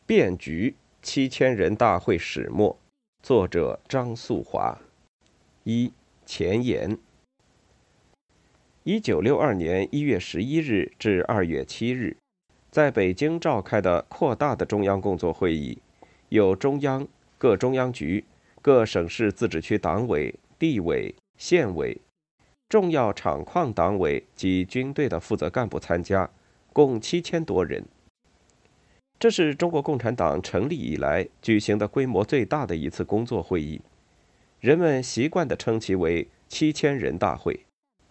变局7000人大会始末，作者张素华。前言。1962年1月11日至2月7日，在北京召开的扩大的中央工作会议，有中央、各中央局、各省市自治区党委、地委、县委、重要厂矿党委及军队的负责干部参加，共7000多人。这是中国共产党成立以来举行的规模最大的一次工作会议，人们习惯地称其为7000人大会。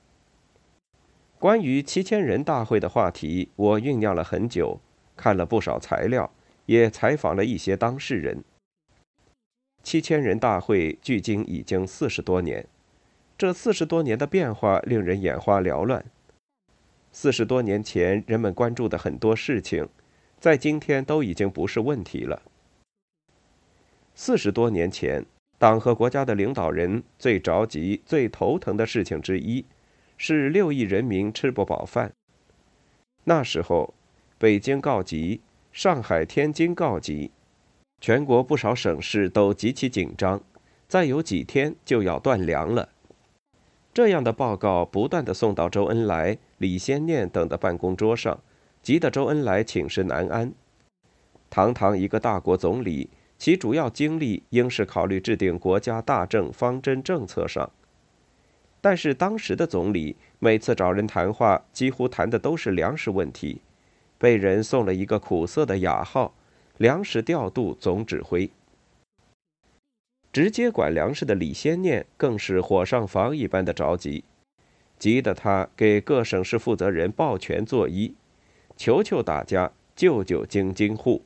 关于7000人大会的话题，我酝酿了很久，看了不少材料，也采访了一些当事人。7000人大会距今已经40多年，这40多年的变化令人眼花缭乱。40多年前人们关注的很多事情，在今天都已经不是问题了。40多年前，党和国家的领导人最着急、最头疼的事情之一，是6亿人民吃不饱饭。那时候，北京告急，上海、天津告急，全国不少省市都极其紧张，再有几天就要断粮了。这样的报告不断地送到周恩来、李先念等的办公桌上，急得周恩来寝食难安。堂堂一个大国总理，其主要精力应是考虑制定国家大政方针政策上。但是当时的总理每次找人谈话，几乎谈的都是粮食问题，被人送了一个苦涩的雅号——粮食调度总指挥。直接管粮食的李先念更是火上房一般的着急，急得他给各省市负责人抱拳作揖，求求大家救救京津沪。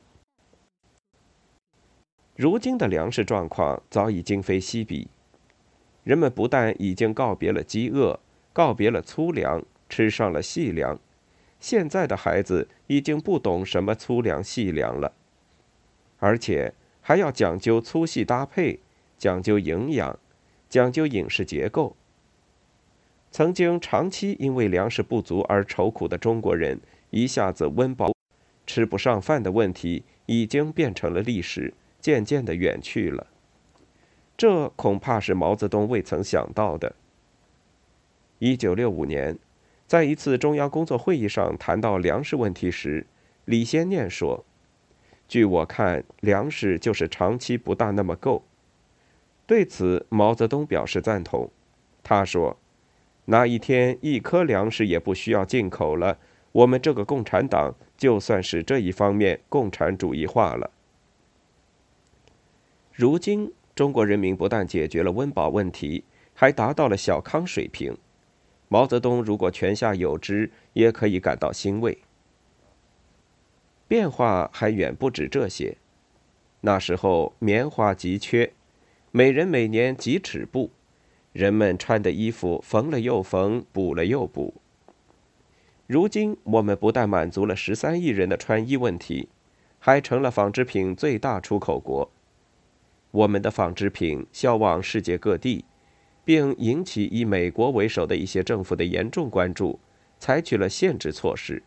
如今的粮食状况早已今非昔比，人们不但已经告别了饥饿，告别了粗粮，吃上了细粮，现在的孩子已经不懂什么粗粮细粮了，而且还要讲究粗细搭配，讲究营养，讲究饮食结构。曾经长期因为粮食不足而愁苦的中国人，一下子温饱吃不上饭的问题已经变成了历史，渐渐地远去了。这恐怕是毛泽东未曾想到的。1965年，在一次中央工作会议上谈到粮食问题时，李先念说：“据我看，粮食就是长期不大那么够。”对此，毛泽东表示赞同。他说：“哪一天1颗粮食也不需要进口了，我们这个共产党就算是这一方面共产主义化了。”如今，中国人民不但解决了温饱问题，还达到了小康水平。毛泽东如果泉下有知，也可以感到欣慰。变化还远不止这些。那时候棉花急缺，每人每年几尺布，人们穿的衣服缝了又缝，补了又补。如今我们不但满足了13亿人的穿衣问题，还成了纺织品最大出口国。我们的纺织品销往世界各地，并引起以美国为首的一些政府的严重关注，采取了限制措施。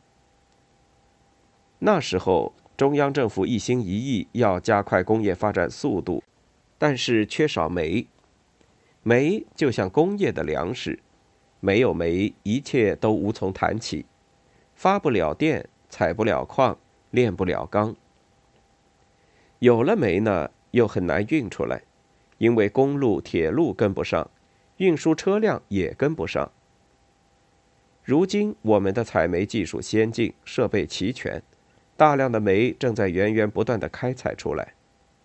那时候，中央政府一心一意要加快工业发展速度，但是缺少煤。煤就像工业的粮食，没有煤，一切都无从谈起，发不了电，采不了矿，炼不了钢。有了煤呢，又很难运出来，因为公路、铁路跟不上，运输车辆也跟不上。如今我们的采煤技术先进，设备齐全，大量的煤正在源源不断地开采出来。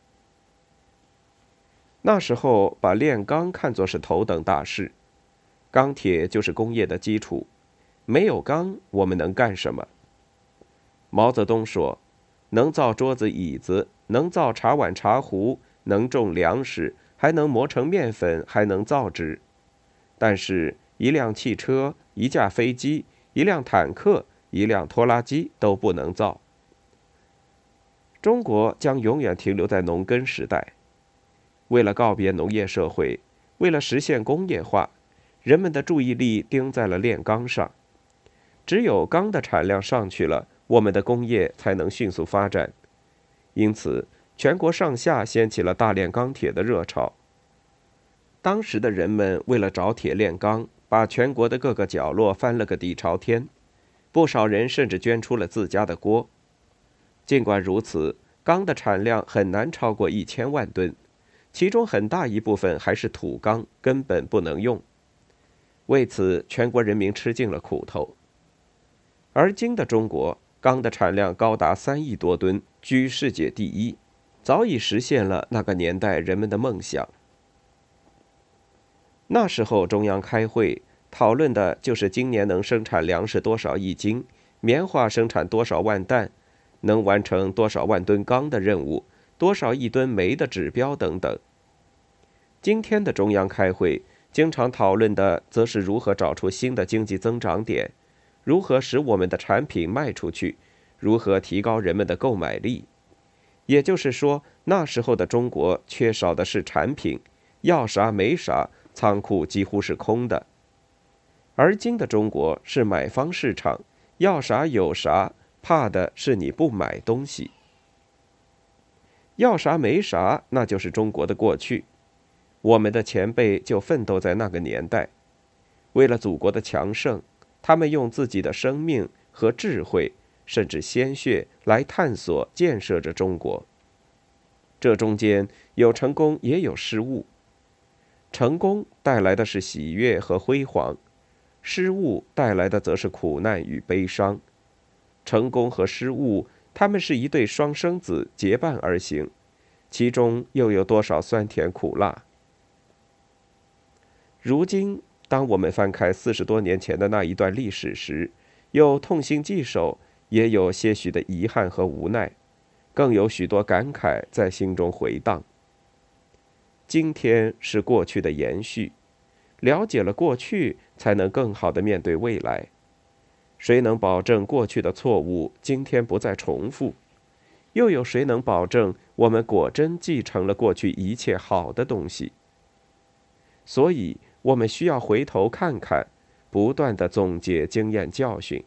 那时候把炼钢看作是头等大事，钢铁就是工业的基础，没有钢我们能干什么？毛泽东说，能造桌子椅子，能造茶碗茶壶，能种粮食，还能磨成面粉，还能造纸。但是一辆汽车，一架飞机，一辆坦克，一辆拖拉机都不能造。中国将永远停留在农耕时代。为了告别农业社会，为了实现工业化，人们的注意力盯在了炼钢上。只有钢的产量上去了，我们的工业才能迅速发展。 因此全国上下掀起了大炼钢铁的热潮。当时的人们为了找铁炼钢，把全国的各个角落翻了个底朝天，不少人甚至捐出了自家的锅。尽管如此，钢的产量很难超过1000万吨，其中很大一部分还是土钢，根本不能用。为此，全国人民吃尽了苦头。而今的中国，钢的产量高达3亿多吨，居世界第一，早已实现了那个年代人们的梦想。那时候中央开会讨论的就是今年能生产粮食多少亿斤，棉花生产多少万担，能完成多少万吨钢的任务，多少亿吨煤的指标等等。今天的中央开会经常讨论的则是如何找出新的经济增长点，如何使我们的产品卖出去，如何提高人们的购买力。也就是说，那时候的中国缺少的是产品，要啥没啥，仓库几乎是空的。而今的中国是买方市场，要啥有啥，怕的是你不买东西。要啥没啥，那就是中国的过去。我们的前辈就奋斗在那个年代，为了祖国的强盛，他们用自己的生命和智慧，甚至鲜血来探索建设着中国。这中间有成功也有失误，成功带来的是喜悦和辉煌，失误带来的则是苦难与悲伤。成功和失误，他们是一对双生子结伴而行，其中又有多少酸甜苦辣。如今当我们翻开40多年前的那一段历史时，有痛心疾首，也有些许的遗憾和无奈，更有许多感慨在心中回荡。今天是过去的延续，了解了过去，才能更好地面对未来。谁能保证过去的错误今天不再重复？又有谁能保证我们果真继承了过去一切好的东西？所以我们需要回头看看，不断地总结经验教训。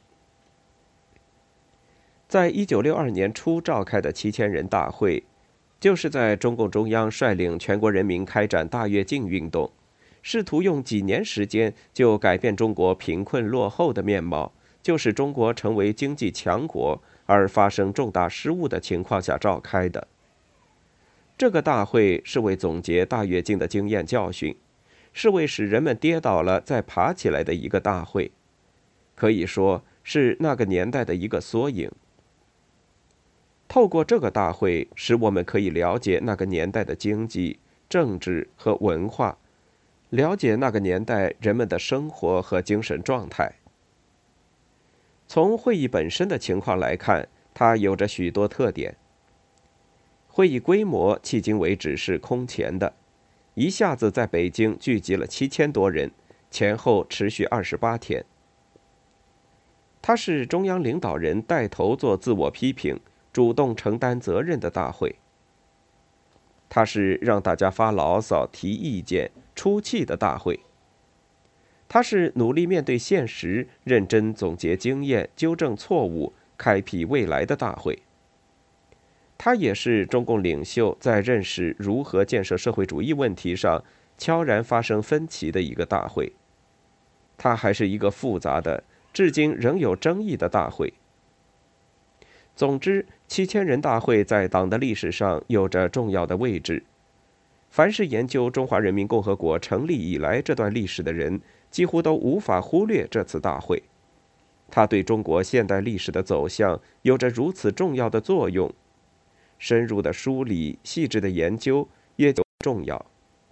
在1962年初召开的7000人大会，就是在中共中央率领全国人民开展大跃进运动，试图用几年时间就改变中国贫困落后的面貌，就使中国成为经济强国而发生重大失误的情况下召开的。这个大会是为总结大跃进的经验教训，是为使人们跌倒了再爬起来的一个大会，可以说是那个年代的一个缩影。透过这个大会，使我们可以了解那个年代的经济、政治和文化，了解那个年代人们的生活和精神状态。从会议本身的情况来看，它有着许多特点。会议规模迄今为止是空前的，一下子在北京聚集了7000多人，前后持续28天。它是中央领导人带头做自我批评，主动承担责任的大会。它是让大家发牢骚、提意见、出气的大会。它是努力面对现实、认真总结经验、纠正错误、开辟未来的大会。它也是中共领袖在认识如何建设社会主义问题上悄然发生分歧的一个大会。它还是一个复杂的、至今仍有争议的大会。总之，7000人大会在党的历史上有着重要的位置。凡是研究中华人民共和国成立以来这段历史的人，几乎都无法忽略这次大会。它对中国现代历史的走向有着如此重要的作用，深入的梳理、细致的研究也就重要。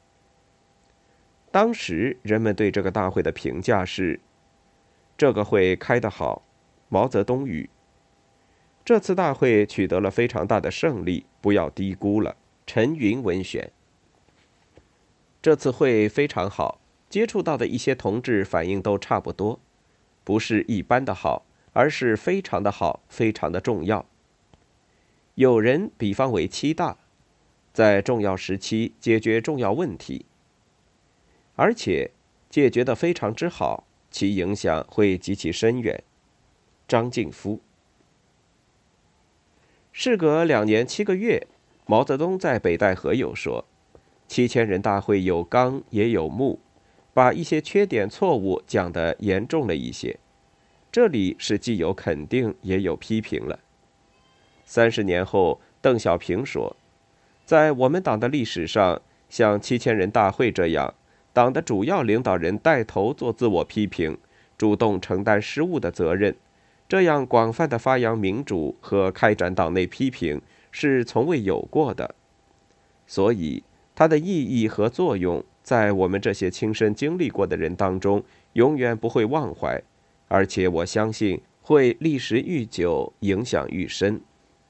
当时人们对这个大会的评价是：这个会开得好，毛泽东语。这次大会取得了非常大的胜利，不要低估了。陈云文选。这次会非常好，接触到的一些同志反应都差不多，不是一般的好，而是非常的好，非常的重要。有人比方为7大，在重要时期解决重要问题，而且解决得非常之好，其影响会极其深远。张静夫。 事隔2年7个月，毛泽东在北戴河又说，7000人大会有纲也有目，把一些缺点错误讲得严重了一些。这里是既有肯定也有批评了。30年后，邓小平说，在我们党的历史上，像7000人大会这样，党的主要领导人带头做自我批评，主动承担失误的责任，这样广泛的发扬民主和开展党内批评是从未有过的。所以，它的意义和作用，在我们这些亲身经历过的人当中，永远不会忘怀，而且我相信会历时愈久，影响愈深。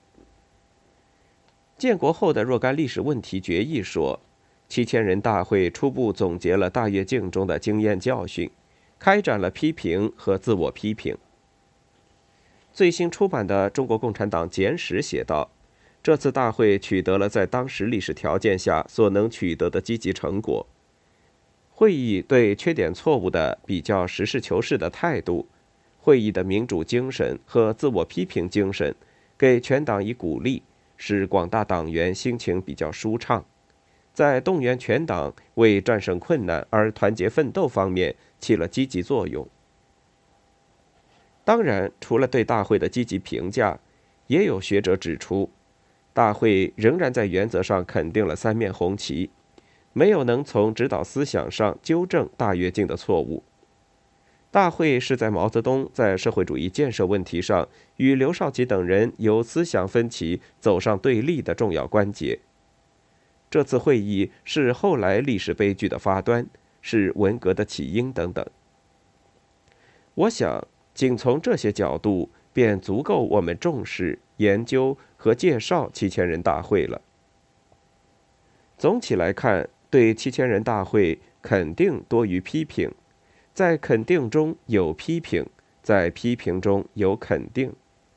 建国后的若干历史问题决议说，7000人大会初步总结了大跃进中的经验教训，开展了批评和自我批评。最新出版的《中国共产党简史》写道，这次大会取得了在当时历史条件下所能取得的积极成果。会议对缺点错误的比较实事求是的态度，会议的民主精神和自我批评精神，给全党以鼓励，使广大党员心情比较舒畅，在动员全党为战胜困难而团结奋斗方面起了积极作用。当然，除了对大会的积极评价，也有学者指出，大会仍然在原则上肯定了三面红旗，没有能从指导思想上纠正大跃进的错误。大会是在毛泽东在社会主义建设问题上与刘少奇等人由思想分歧走上对立的重要关节。这次会议是后来历史悲剧的发端，是文革的起因等等。我想，仅从这些角度便足够我们重视、研究和介绍7000人大会了。总体来看，对7000人大会肯定多于批评，在肯定中有批评，在批评中有肯定。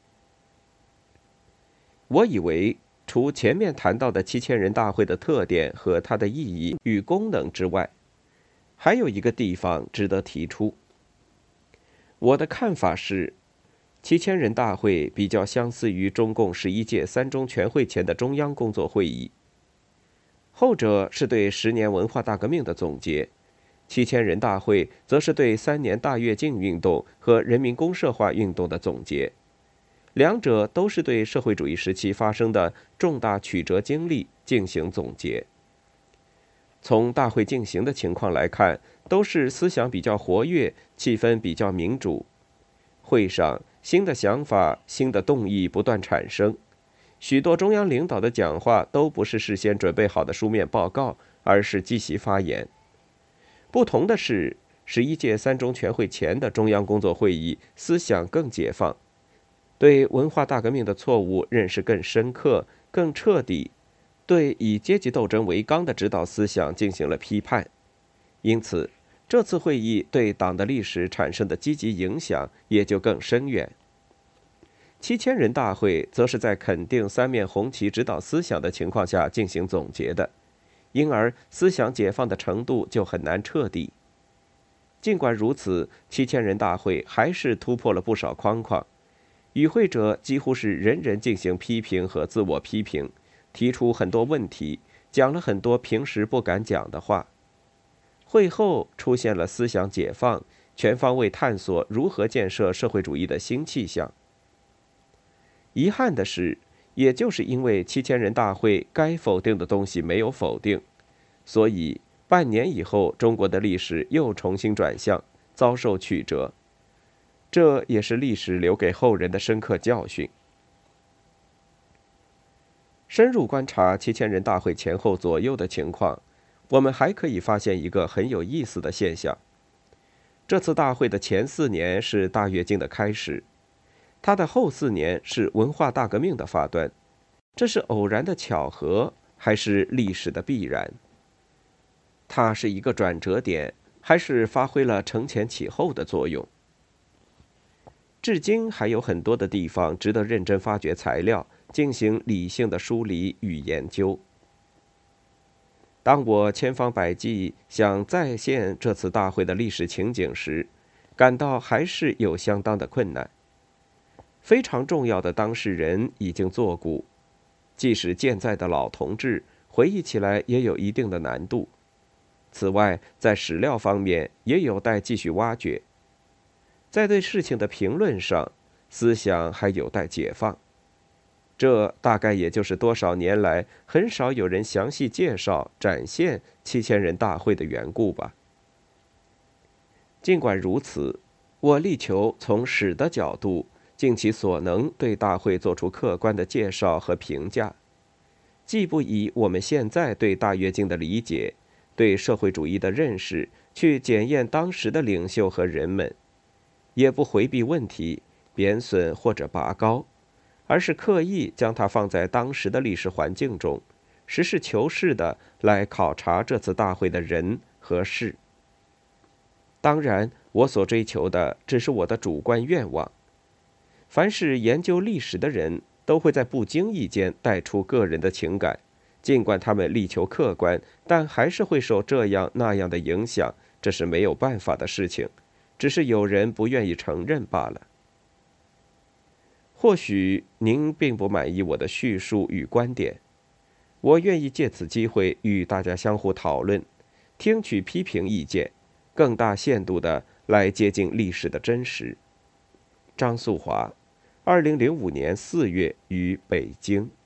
我以为，除前面谈到的7000人大会的特点和它的意义与功能之外，还有一个地方值得提出。我的看法是，7000人大会比较相似于中共11届三中全会前的中央工作会议。后者是对10年文化大革命的总结，7000人大会则是对3年大跃进运动和人民公社化运动的总结。两者都是对社会主义时期发生的重大曲折经历进行总结。从大会进行的情况来看，都是思想比较活跃，气氛比较民主。会上，新的想法、新的动议不断产生。许多中央领导的讲话都不是事先准备好的书面报告，而是即席发言。不同的是，11届三中全会前的中央工作会议思想更解放，对文化大革命的错误认识更深刻、更彻底，对以阶级斗争为纲的指导思想进行了批判。因此，这次会议对党的历史产生的积极影响也就更深远。7000人大会则是在肯定三面红旗指导思想的情况下进行总结的，因而思想解放的程度就很难彻底。尽管如此，7000人大会还是突破了不少框框，与会者几乎是人人进行批评和自我批评，提出很多问题，讲了很多平时不敢讲的话。会后出现了思想解放，全方位探索如何建设社会主义的新气象。遗憾的是，也就是因为7000人大会该否定的东西没有否定，所以半年以后，中国的历史又重新转向，遭受曲折。这也是历史留给后人的深刻教训。深入观察7000人大会前后左右的情况，我们还可以发现一个很有意思的现象。这次大会的前4年是大跃进的开始，它的后4年是文化大革命的发端，这是偶然的巧合，还是历史的必然？它是一个转折点，还是发挥了承前启后的作用？至今还有很多的地方值得认真发掘材料，进行理性的梳理与研究。当我千方百计想再现这次大会的历史情景时，感到还是有相当的困难。 非常重要的当事人已经作古，即使健在的老同志回忆起来也有一定的难度。此外，在史料方面也有待继续挖掘。在对事情的评论上，思想还有待解放。这大概也就是多少年来很少有人详细介绍、展现7000人大会的缘故吧。尽管如此，我力求从史的角度尽其所能对大会做出客观的介绍和评价，既不以我们现在对大跃进的理解、对社会主义的认识去检验当时的领袖和人们，也不回避问题、贬损或者拔高，而是刻意将它放在当时的历史环境中，实事求是地来考察这次大会的人和事。当然，我所追求的只是我的主观愿望。凡是研究历史的人都会在不经意间带出个人的情感，尽管他们力求客观，但还是会受这样那样的影响，这是没有办法的事情，只是有人不愿意承认罢了。或许您并不满意我的叙述与观点，我愿意借此机会与大家相互讨论，听取批评意见，更大限度地来接近历史的真实。张素华，2005年4月于北京。